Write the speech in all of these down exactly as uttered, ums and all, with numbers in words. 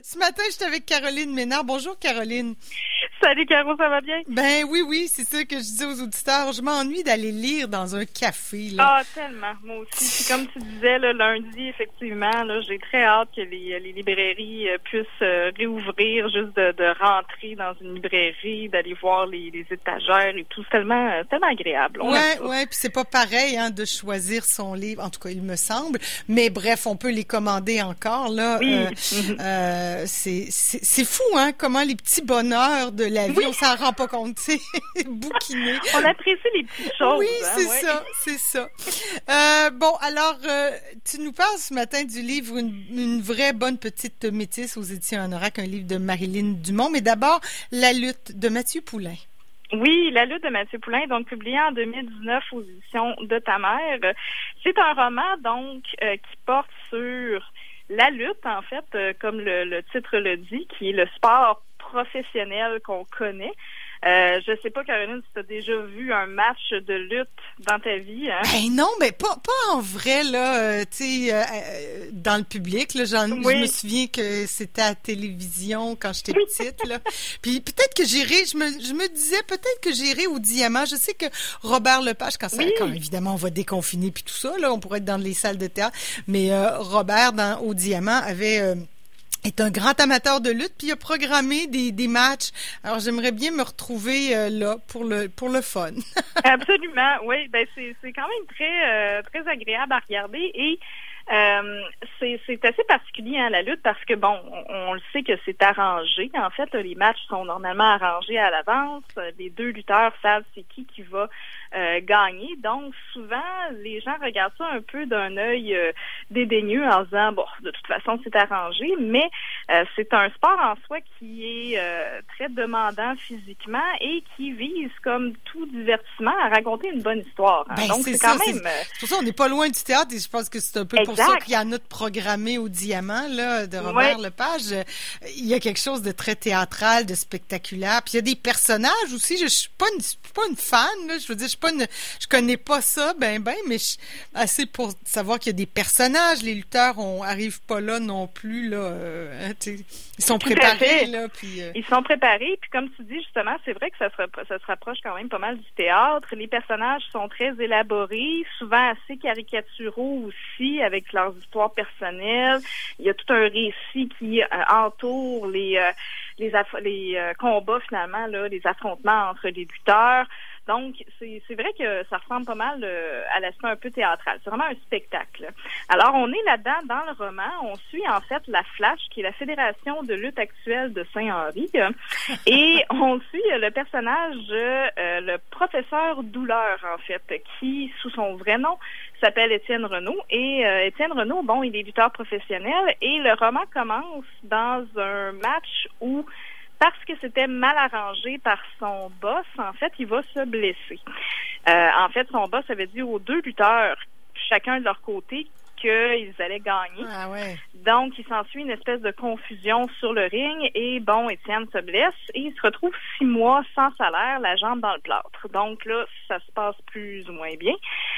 Ce matin, j'étais avec Caroline Ménard. Bonjour, Caroline. Salut, Caro, ça va bien? Ben oui, oui, c'est ça que je disais aux auditeurs. Je m'ennuie d'aller lire dans un café, là. Ah, tellement, moi aussi. Puis comme tu disais, là, lundi, effectivement, là, j'ai très hâte que les, les librairies euh, puissent euh, réouvrir, juste de, de rentrer dans une librairie, d'aller voir les, les étagères et tout. C'est tellement, euh, tellement agréable. On ouais, ouais, puis c'est pas pareil, hein, de choisir son livre. En tout cas, il me semble. Mais bref, on peut les commander encore, là. Oui. Euh, euh, c'est, c'est, c'est fou, hein, comment les petits bonheurs de la vie, oui. On s'en rend pas compte, tu sais, bouquiner. On apprécie les petites choses. Oui, hein, c'est ouais. ça, c'est ça. Euh, bon, alors, euh, tu nous parles ce matin du livre Une, une vraie bonne petite métisse aux éditions Honorac, un livre de Marilyn Dumont. Mais d'abord, La lutte de Mathieu Poulain. Oui, La lutte de Mathieu Poulain, donc publié en deux mille dix-neuf aux éditions de ta mère. C'est un roman, donc, euh, qui porte sur la lutte, en fait, euh, comme le, le titre le dit, qui est le sport professionnel qu'on connaît. Euh, je sais pas, Caroline, si tu as déjà vu un match de lutte dans ta vie. Hein? Ben non, mais pas, pas en vrai, là, euh, tu sais, euh, dans le public. Là, j'en, oui. Je me souviens que c'était à la télévision quand j'étais petite. Là. Puis peut-être que j'irai, je me, je me disais peut-être que j'irai au Diamant. Je sais que Robert Lepage, quand, ça, oui. quand évidemment on va déconfiner puis tout ça, là, on pourrait être dans les salles de théâtre, mais euh, Robert, dans, au Diamant, avait... Euh, est un grand amateur de lutte, puis il a programmé des, des matchs. Alors, j'aimerais bien me retrouver euh, là pour le pour le fun. Absolument, oui. Ben c'est c'est quand même très euh, très agréable à regarder et euh, c'est c'est assez particulier hein, la lutte parce que bon, on, on le sait que c'est arrangé. En fait, là, les matchs sont normalement arrangés à l'avance. Les deux lutteurs savent c'est qui qui va euh, gagner. Donc souvent, les gens regardent ça un peu d'un œil euh, dédaigneux en se disant bon, de toute façon c'est arrangé, mais euh, c'est un sport en soi qui est euh, très demandant physiquement et qui vise comme tout divertissement à raconter une bonne histoire. Hein. Ben, Donc c'est, c'est ça, quand même. C'est, c'est pour ça qu'on n'est pas loin du théâtre et je pense que c'est un peu exact. Pour ça qu'il y en a de programmé au Diamant là de Robert ouais. Lepage. Il y a quelque chose de très théâtral, de spectaculaire. Puis il y a des personnages aussi. Je, je suis pas une, je suis pas une fan. Là. Je veux dire, je suis pas une, je connais pas ça ben ben, mais je, assez pour savoir qu'il y a des personnages. Les lutteurs, on arrive pas là non plus là. Euh, hein, ils sont préparés là. Puis euh... ils sont préparés. Puis comme tu dis justement, c'est vrai que ça se ça se rapproche quand même pas mal du théâtre. Les personnages sont très élaborés, souvent assez caricaturaux aussi, avec leurs histoires personnelles. Il y a tout un récit qui euh, entoure les euh, les, aff- les euh, combats finalement là, les affrontements entre les lutteurs. Donc, c'est, c'est vrai que ça ressemble pas mal euh, à l'aspect un peu théâtral. C'est vraiment un spectacle. Alors, on est là-dedans dans le roman. On suit en fait la Flash, qui est la Fédération de lutte actuelle de Saint-Henri. Euh, et on suit euh, le personnage, euh, le professeur Douleur, en fait, qui, sous son vrai nom, s'appelle Étienne Renaud. Et euh, Étienne Renaud, bon, il est lutteur professionnel. Et le roman commence dans un match où parce que c'était mal arrangé par son boss, en fait, il va se blesser. Euh, en fait, son boss avait dit aux deux lutteurs, chacun de leur côté, qu'ils allaient gagner. Ah ouais. Donc, il s'ensuit une espèce de confusion sur le ring et, bon, Étienne se blesse et il se retrouve six mois sans salaire, la jambe dans le plâtre. Donc là, ça se passe plus ou moins bien.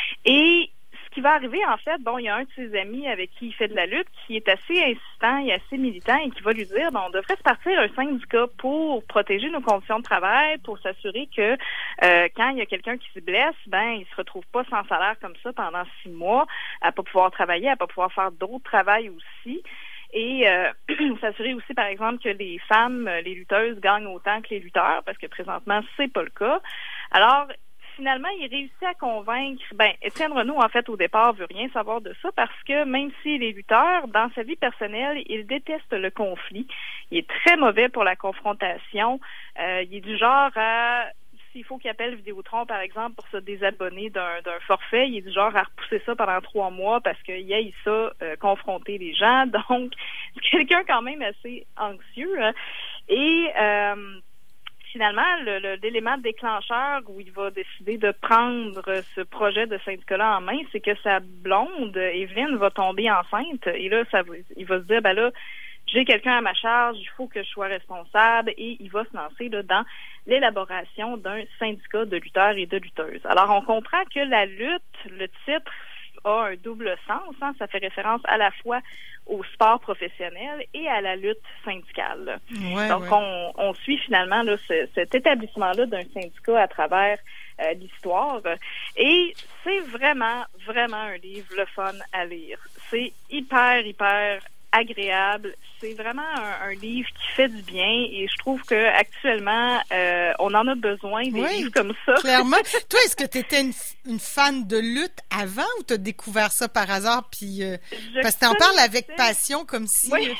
Et ce qui va arriver, en fait, bon, il y a un de ses amis avec qui il fait de la lutte qui est assez insistant et assez militant et qui va lui dire, bon, on devrait se partir un syndicat pour protéger nos conditions de travail, pour s'assurer que euh, quand il y a quelqu'un qui se blesse, ben, il se retrouve pas sans salaire comme ça pendant six mois, à pas pouvoir travailler, à pas pouvoir faire d'autres travails aussi. Et euh, s'assurer aussi, par exemple, que les femmes, les lutteuses gagnent autant que les lutteurs, parce que présentement, c'est pas le cas. Alors, finalement, il réussit à convaincre, ben, Étienne Renaud, en fait, au départ, veut rien savoir de ça parce que même s'il est lutteur, dans sa vie personnelle, il déteste le conflit. Il est très mauvais pour la confrontation. Euh, il est du genre à, s'il faut qu'il appelle Vidéotron, par exemple, pour se désabonner d'un, d'un forfait, il est du genre à repousser ça pendant trois mois parce qu'il aille ça, euh, confronter les gens. Donc, c'est quelqu'un quand même assez anxieux. Hein. Et, euh, finalement, le, le, l'élément déclencheur où il va décider de prendre ce projet de syndicat-là en main, c'est que sa blonde, Evelyne, va tomber enceinte. Et là, ça, il va se dire, ben là, j'ai quelqu'un à ma charge, il faut que je sois responsable. Et il va se lancer là, dans l'élaboration d'un syndicat de lutteurs et de lutteuses. Alors, on comprend que la lutte, le titre, a un double sens. Hein, ça fait référence à la fois au sport professionnel et à la lutte syndicale. Ouais, Donc, ouais. on, on suit finalement là, ce, cet établissement-là d'un syndicat à travers euh, l'histoire. Et c'est vraiment, vraiment un livre le fun à lire. C'est hyper, hyper agréable. C'est vraiment un, un livre qui fait du bien et je trouve que actuellement euh, on en a besoin des oui, livres comme ça. Clairement. Toi, est-ce que tu étais une, une fan de lutte avant ou tu as découvert ça par hasard puis euh, parce que tu en parles avec passion comme si oui.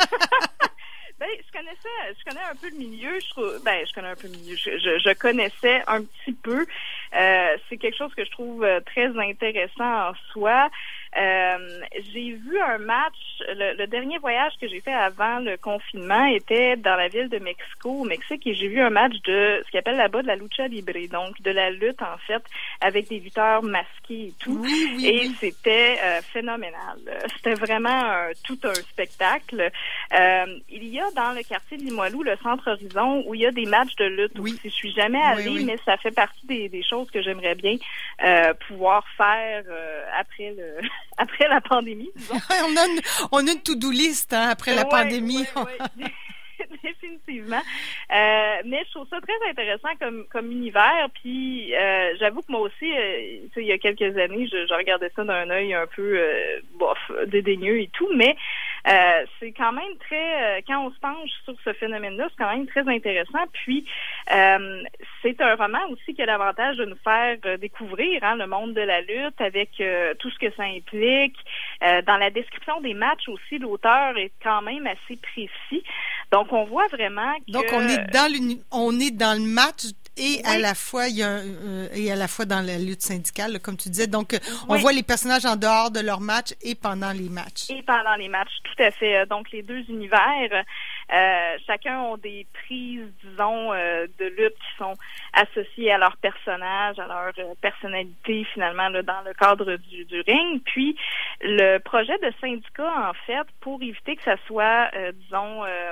Ben, je connaissais, je connais un peu le milieu. Je trouve, ben, je connais un peu le milieu. Je, je, je connaissais un petit peu. Euh, c'est quelque chose que je trouve très intéressant en soi. Euh, j'ai vu un match, le, le dernier voyage que j'ai fait avant le confinement était dans la ville de Mexico, au Mexique, et j'ai vu un match de ce qu'ils appellent là-bas de la lucha libre, donc de la lutte en fait, avec des lutteurs masqués et tout. Oui, oui, et oui. c'était euh, phénoménal. C'était vraiment un, tout un spectacle. Euh, il y a dans le quartier de Limoilou le Centre Horizon où il y a des matchs de lutte oui. aussi. Je suis jamais allée, oui, oui. mais ça fait partie des, des choses que j'aimerais bien euh, pouvoir faire euh, après le après la pandémie, disons. on a une, on a une to-do list hein, après la ouais, pandémie. Ouais, ouais. Définitivement. Euh, mais je trouve ça très intéressant comme, comme univers. Puis euh, j'avoue que moi aussi, euh, il y a quelques années, je, je regardais ça d'un œil un peu euh, bof, dédaigneux et tout, mais euh, c'est quand même très, euh, quand on se penche sur ce phénomène-là, c'est quand même très intéressant. Puis euh, c'est un roman aussi qui a l'avantage de nous faire euh, découvrir hein, le monde de la lutte avec euh, tout ce que ça implique. Euh, dans la description des matchs aussi, l'auteur est quand même assez précis. Donc, on voit vraiment que... Donc, on est dans le, on est dans le match et oui. à la fois, il y a un, euh, et à la fois dans la lutte syndicale, là, comme tu disais. Donc, oui. on Oui. voit les personnages en dehors de leur match et pendant les matchs. Et pendant les matchs, tout à fait. Donc, les deux univers, euh, chacun ont des prises, disons, euh, de lutte qui sont associées à leur personnage, à leur euh, personnalité, finalement, là, dans le cadre du, du ring. Puis, le projet de syndicat, en fait, pour éviter que ça soit, euh, disons... Euh,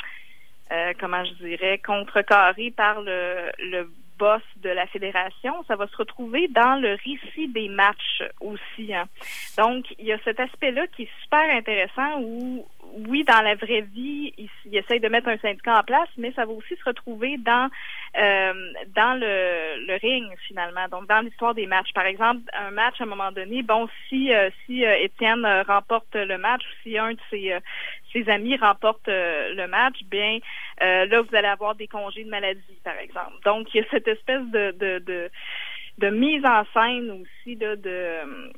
Euh, comment je dirais, contrecarré par le, le boss de la fédération, ça va se retrouver dans le récit des matchs aussi. Hein. Donc, il y a cet aspect-là qui est super intéressant où, oui, dans la vraie vie, il, il essaye de mettre un syndicat en place, mais ça va aussi se retrouver dans euh, dans le, le ring, finalement, donc dans l'histoire des matchs. Par exemple, un match, à un moment donné, bon, si euh, si euh, Étienne euh, remporte le match ou si un de ses, euh, ses amis remporte euh, le match, bien, euh, là, vous allez avoir des congés de maladie, par exemple. Donc, il y a cette espèce de, de, de de mise en scène aussi là, de,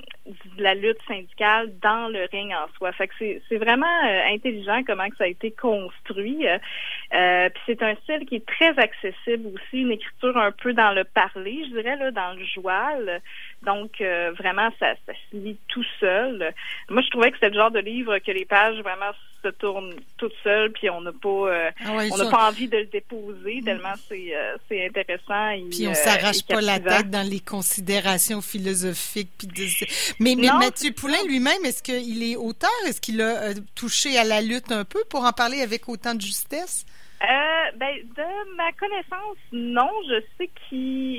de la lutte syndicale dans le ring en soi. Fait que c'est, c'est vraiment euh, intelligent comment que ça a été construit. Euh, puis c'est un style qui est très accessible aussi, une écriture un peu dans le parler, je dirais, là, dans le joual. Donc, euh, vraiment, ça, ça se lit tout seul. Moi, je trouvais que c'était le genre de livre que les pages vraiment se tournent toutes seules, puis on n'a pas euh, ah ouais, on n'a pas envie de le déposer, tellement c'est, euh, c'est intéressant. Et, puis on euh, s'arrache pas la tête dans les considérations philosophiques. Puis de... mais, mais non, Mathieu Poulain lui-même, est-ce qu'il est auteur? Est-ce qu'il a euh, touché à la lutte un peu pour en parler avec autant de justesse? Euh, ben, de ma connaissance, non. Je sais qu'il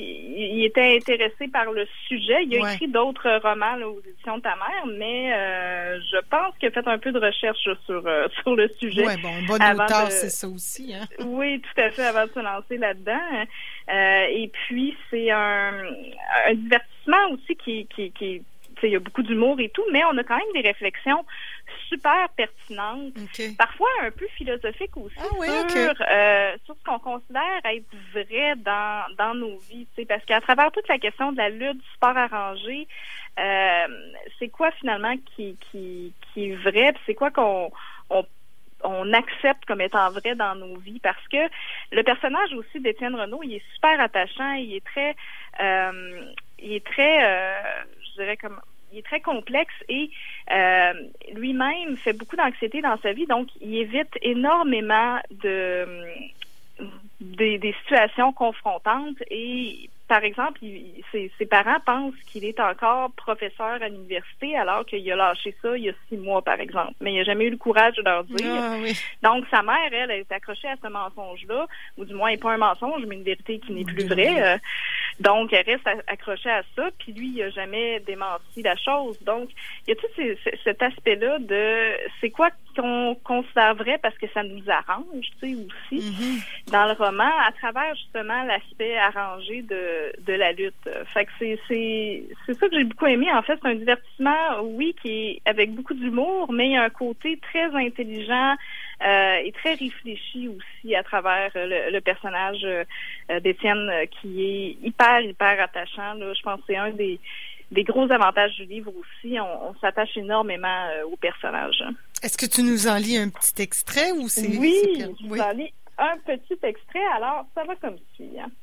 il était intéressé par le sujet. Il a ouais. écrit d'autres romans là, aux éditions de ta mère, mais euh, je pense qu'il a fait un peu de recherche sur euh, sur le sujet. Oui, bon, un bon auteur, de... c'est ça aussi. Hein? Oui, tout à fait, avant de se lancer là-dedans. Euh, et puis, c'est un, un divertissement aussi qui, qui, qui il y a beaucoup d'humour et tout, mais on a quand même des réflexions super pertinentes, okay. parfois un peu philosophiques aussi, ah, oui, sur, okay. euh, sur ce qu'on considère être vrai dans, dans nos vies. Parce qu'à travers toute la question de la lutte, du sport arrangé, euh, c'est quoi finalement qui, qui, qui est vrai, puis c'est quoi qu'on on, on accepte comme étant vrai dans nos vies, parce que le personnage aussi d'Étienne Renaud, il est super attachant, il est très... Euh, il est très... Euh, je dirais comme il est très complexe et euh, lui-même fait beaucoup d'anxiété dans sa vie, donc il évite énormément de des, des situations confrontantes et par exemple, il, ses, ses parents pensent qu'il est encore professeur à l'université alors qu'il a lâché ça il y a six mois, par exemple. Mais il n'a jamais eu le courage de leur dire. Ah, oui. Donc, sa mère, elle, elle est accrochée à ce mensonge-là, ou du moins, pas un mensonge, mais une vérité qui n'est plus vraie. Euh, donc, elle reste accrochée à ça, puis lui, il n'a jamais démenti la chose. Donc, il y a tout ces, cet aspect-là de c'est quoi qu'on considère vrai parce que ça nous arrange, tu sais, aussi, mm-hmm. dans le roman, à travers, justement, l'aspect arrangé de, de la lutte. Fait que c'est, c'est, c'est ça que j'ai beaucoup aimé. En fait, c'est un divertissement, oui, qui est avec beaucoup d'humour, mais il y a un côté très intelligent euh, et très réfléchi aussi à travers le, le personnage euh, d'Étienne euh, qui est hyper, hyper attachant. Là. Je pense que c'est un des des gros avantages du livre aussi. On, on s'attache énormément euh, au personnage. Est-ce que tu nous en lis un petit extrait ou c'est... Oui, c'est... je vous oui. en lis un petit extrait. Alors, ça va comme suit. Hein.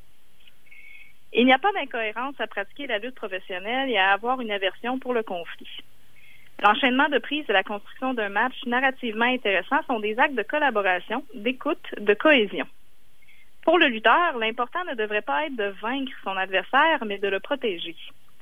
Il n'y a pas d'incohérence à pratiquer la lutte professionnelle et à avoir une aversion pour le conflit. L'enchaînement de prises et la construction d'un match narrativement intéressant sont des actes de collaboration, d'écoute, de cohésion. Pour le lutteur, l'important ne devrait pas être de vaincre son adversaire, mais de le protéger.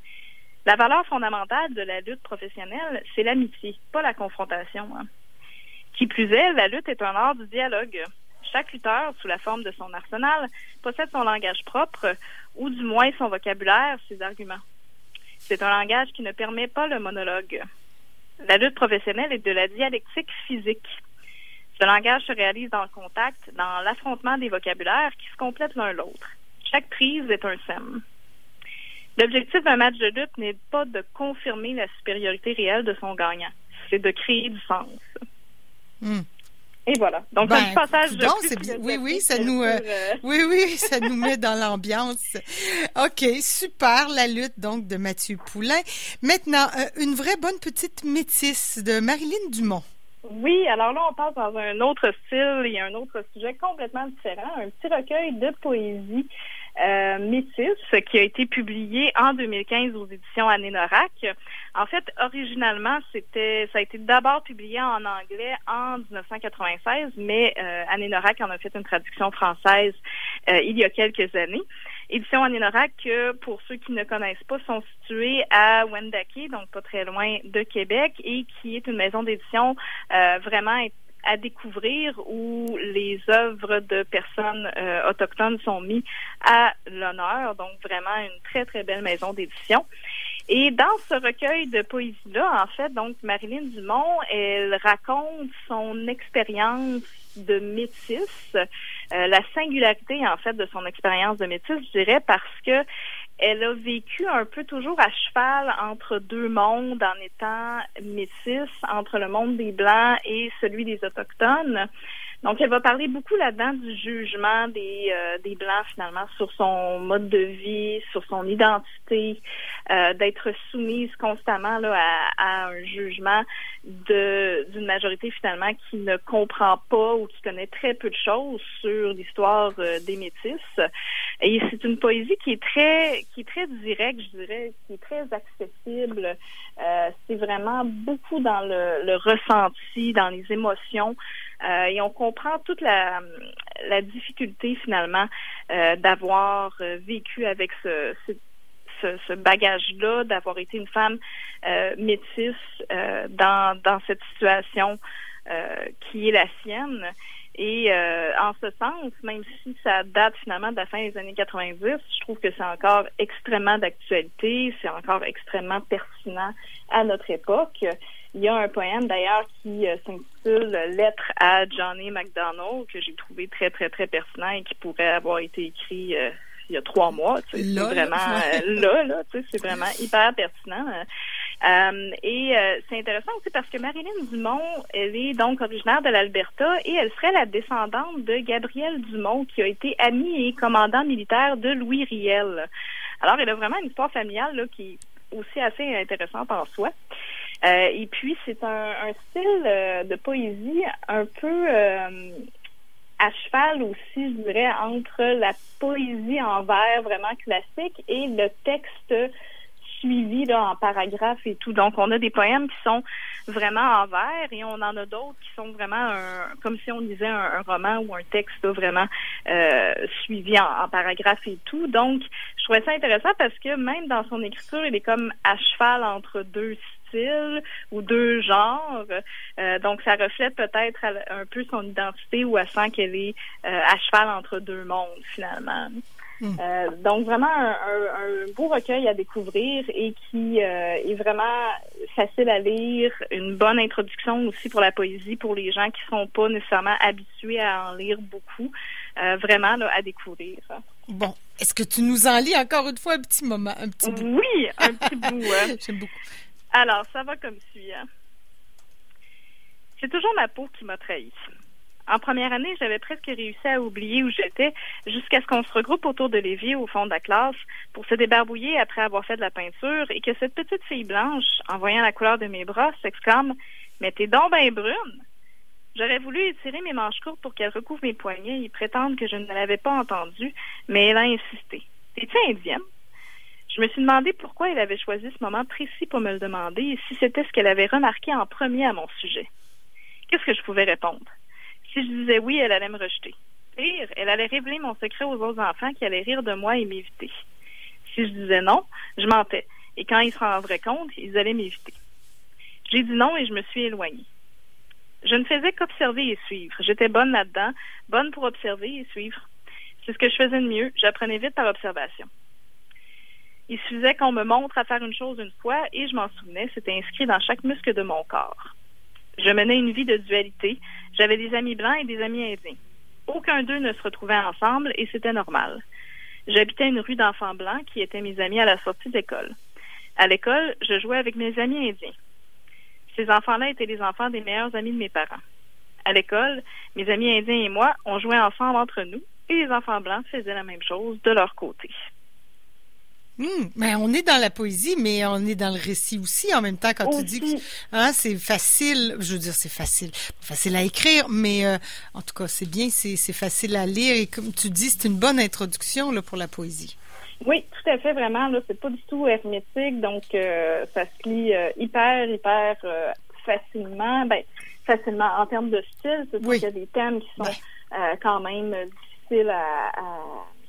La valeur fondamentale de la lutte professionnelle, c'est l'amitié, pas la confrontation. Hein. Qui plus est, la lutte est un art du dialogue. Chaque lutteur, sous la forme de son arsenal, possède son langage propre, ou du moins son vocabulaire, ses arguments. C'est un langage qui ne permet pas le monologue. La lutte professionnelle est de la dialectique physique. Ce langage se réalise dans le contact, dans l'affrontement des vocabulaires qui se complètent l'un l'autre. Chaque prise est un sème. L'objectif d'un match de lutte n'est pas de confirmer la supériorité réelle de son gagnant. C'est de créer du sens. Mm. Et voilà. Donc, ben, un petit passage de donc, c'est bien. Oui, oui, ça nous, euh, euh... oui, oui, ça nous met dans l'ambiance. OK, super, la lutte, donc, de Mathieu Poulain. Maintenant, euh, une vraie bonne petite métisse de Marilyn Dumont. Oui, alors là, on passe dans un autre style et un autre sujet complètement différent. Un petit recueil de poésie euh, métisse qui a été publié en deux mille quinze aux éditions Anénorac. En fait, originalement, c'était, ça a été d'abord publié en anglais en dix-neuf cent quatre-vingt-seize, mais euh, Anénorac en a fait une traduction française euh, il y a quelques années. Éditions Anénorac, que pour ceux qui ne connaissent pas, sont situés à Wendake, donc pas très loin de Québec, et qui est une maison d'édition euh, vraiment à découvrir où les œuvres de personnes euh, autochtones sont mises à l'honneur. Donc vraiment une très, très belle maison d'édition. Et dans ce recueil de poésie-là, en fait, donc Marilyn Dumont, elle raconte son expérience de métisse, euh, la singularité, en fait, de son expérience de métisse, je dirais, parce que elle a vécu un peu toujours à cheval entre deux mondes en étant métisse, entre le monde des Blancs et celui des Autochtones. Donc, elle va parler beaucoup là-dedans du jugement des euh, des Blancs, finalement, sur son mode de vie, sur son identité, euh, d'être soumise constamment là à, à un jugement de d'une majorité, finalement, qui ne comprend pas ou qui connaît très peu de choses sur l'histoire euh, des Métis. Et c'est une poésie qui est très qui est très directe, je dirais, qui est très accessible. Euh, c'est vraiment beaucoup dans le, le ressenti, dans les émotions. Euh, et on comprend toute la, la difficulté finalement euh, d'avoir euh, vécu avec ce, ce, ce, ce bagage-là, d'avoir été une femme euh, métisse euh, dans, dans cette situation euh, qui est la sienne. Et euh, en ce sens, même si ça date finalement de la fin des années quatre-vingt-dix, je trouve que c'est encore extrêmement d'actualité, c'est encore extrêmement pertinent à notre époque. Il y a un poème d'ailleurs qui euh, s'intitule « Lettre à Johnny McDonald » que j'ai trouvé très, très, très pertinent et qui pourrait avoir été écrit euh, il y a trois mois. Tu sais, c'est vraiment euh, là, là, tu sais, c'est vraiment hyper pertinent. Euh, et euh, c'est intéressant aussi parce que Marilyn Dumont, elle est donc originaire de l'Alberta et elle serait la descendante de Gabriel Dumont qui a été ami et commandant militaire de Louis Riel. Alors, elle a vraiment une histoire familiale là, qui est aussi assez intéressante en soi. Euh, et puis, c'est un, un style euh, de poésie un peu euh, à cheval aussi, je dirais, entre la poésie en vers vraiment classique et le texte suivis là, en paragraphes et tout. Donc, on a des poèmes qui sont vraiment en vers et on en a d'autres qui sont vraiment un, comme si on lisait un, un roman ou un texte là, vraiment euh, suivi en, en paragraphes et tout. Donc, je trouvais ça intéressant parce que même dans son écriture, il est comme à cheval entre deux styles ou deux genres. Euh, donc, ça reflète peut-être un peu son identité où elle sent qu'elle est euh, à cheval entre deux mondes, finalement. Mm. Euh, donc, vraiment un, un, un beau recueil à découvrir et qui euh, est vraiment facile à lire, une bonne introduction aussi pour la poésie, pour les gens qui sont pas nécessairement habitués à en lire beaucoup, euh, vraiment là, à découvrir. Bon, est-ce que tu nous en lis encore une fois un petit moment, un petit bout? Oui, un petit bout. Hein. J'aime beaucoup. Alors, ça va comme suit. Hein. C'est toujours ma peau qui m'a trahi. En première année, j'avais presque réussi à oublier où j'étais jusqu'à ce qu'on se regroupe autour de l'évier au fond de la classe pour se débarbouiller après avoir fait de la peinture et que cette petite fille blanche, en voyant la couleur de mes bras, s'exclame « Mais t'es donc ben brune! » J'aurais voulu étirer mes manches courtes pour qu'elle recouvre mes poignets et prétendre que je ne l'avais pas entendue, mais elle a insisté. « T'es-tu indienne? » Je me suis demandé pourquoi elle avait choisi ce moment précis pour me le demander et si c'était ce qu'elle avait remarqué en premier à mon sujet. Qu'est-ce que je pouvais répondre? Si je disais oui, elle allait me rejeter. Pire, elle allait révéler mon secret aux autres enfants qui allaient rire de moi et m'éviter. Si je disais non, je mentais. Et quand ils se rendraient compte, ils allaient m'éviter. J'ai dit non et je me suis éloignée. Je ne faisais qu'observer et suivre. J'étais bonne là-dedans, bonne pour observer et suivre. C'est ce que je faisais de mieux. J'apprenais vite par observation. Il suffisait qu'on me montre à faire une chose une fois et je m'en souvenais, c'était inscrit dans chaque muscle de mon corps. Je menais une vie de dualité. J'avais des amis blancs et des amis indiens. Aucun d'eux ne se retrouvait ensemble et c'était normal. J'habitais une rue d'enfants blancs qui étaient mes amis à la sortie de l'école. À l'école, je jouais avec mes amis indiens. Ces enfants-là étaient les enfants des meilleurs amis de mes parents. À l'école, mes amis indiens et moi, on jouait ensemble entre nous et les enfants blancs faisaient la même chose de leur côté. Hum, mais on est dans la poésie, mais on est dans le récit aussi en même temps quand aussi. Tu dis que hein, c'est facile, je veux dire c'est facile, pas facile à écrire, mais euh, en tout cas c'est bien, c'est, c'est facile à lire et comme tu dis, c'est une bonne introduction là, pour la poésie. Oui, tout à fait, vraiment, là, c'est pas du tout hermétique, donc euh, ça se lit euh, hyper, hyper euh, facilement, ben facilement en termes de style, c'est sûr oui. qu'il y a des thèmes qui sont ben. euh, quand même difficiles à, à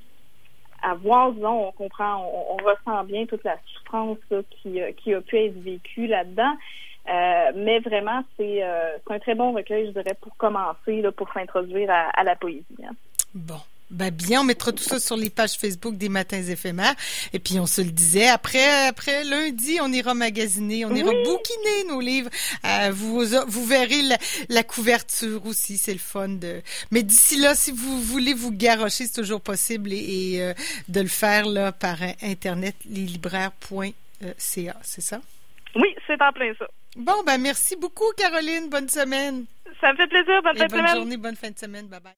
à voir, disons, on comprend, on, on ressent bien toute la souffrance là, qui, euh, qui a pu être vécue là-dedans. Euh, mais vraiment, c'est, euh, c'est un très bon recueil, je dirais, pour commencer, là, pour s'introduire à, à la poésie. Hein. Bon. Ben bien, on mettra tout ça sur les pages Facebook des Matins éphémères. Et puis, on se le disait, après après lundi, on ira magasiner, on ira oui. bouquiner nos livres. Euh, vous vous verrez la, la couverture aussi, c'est le fun. de. Mais d'ici là, si vous voulez vous garrocher, c'est toujours possible et, et euh, de le faire là par Internet, leslibraires point c a, c'est ça? Oui, c'est en plein ça. Bon, ben merci beaucoup, Caroline. Bonne semaine. Ça me fait plaisir. Bonne et fin de bonne semaine. Bonne journée, bonne fin de semaine. Bye bye.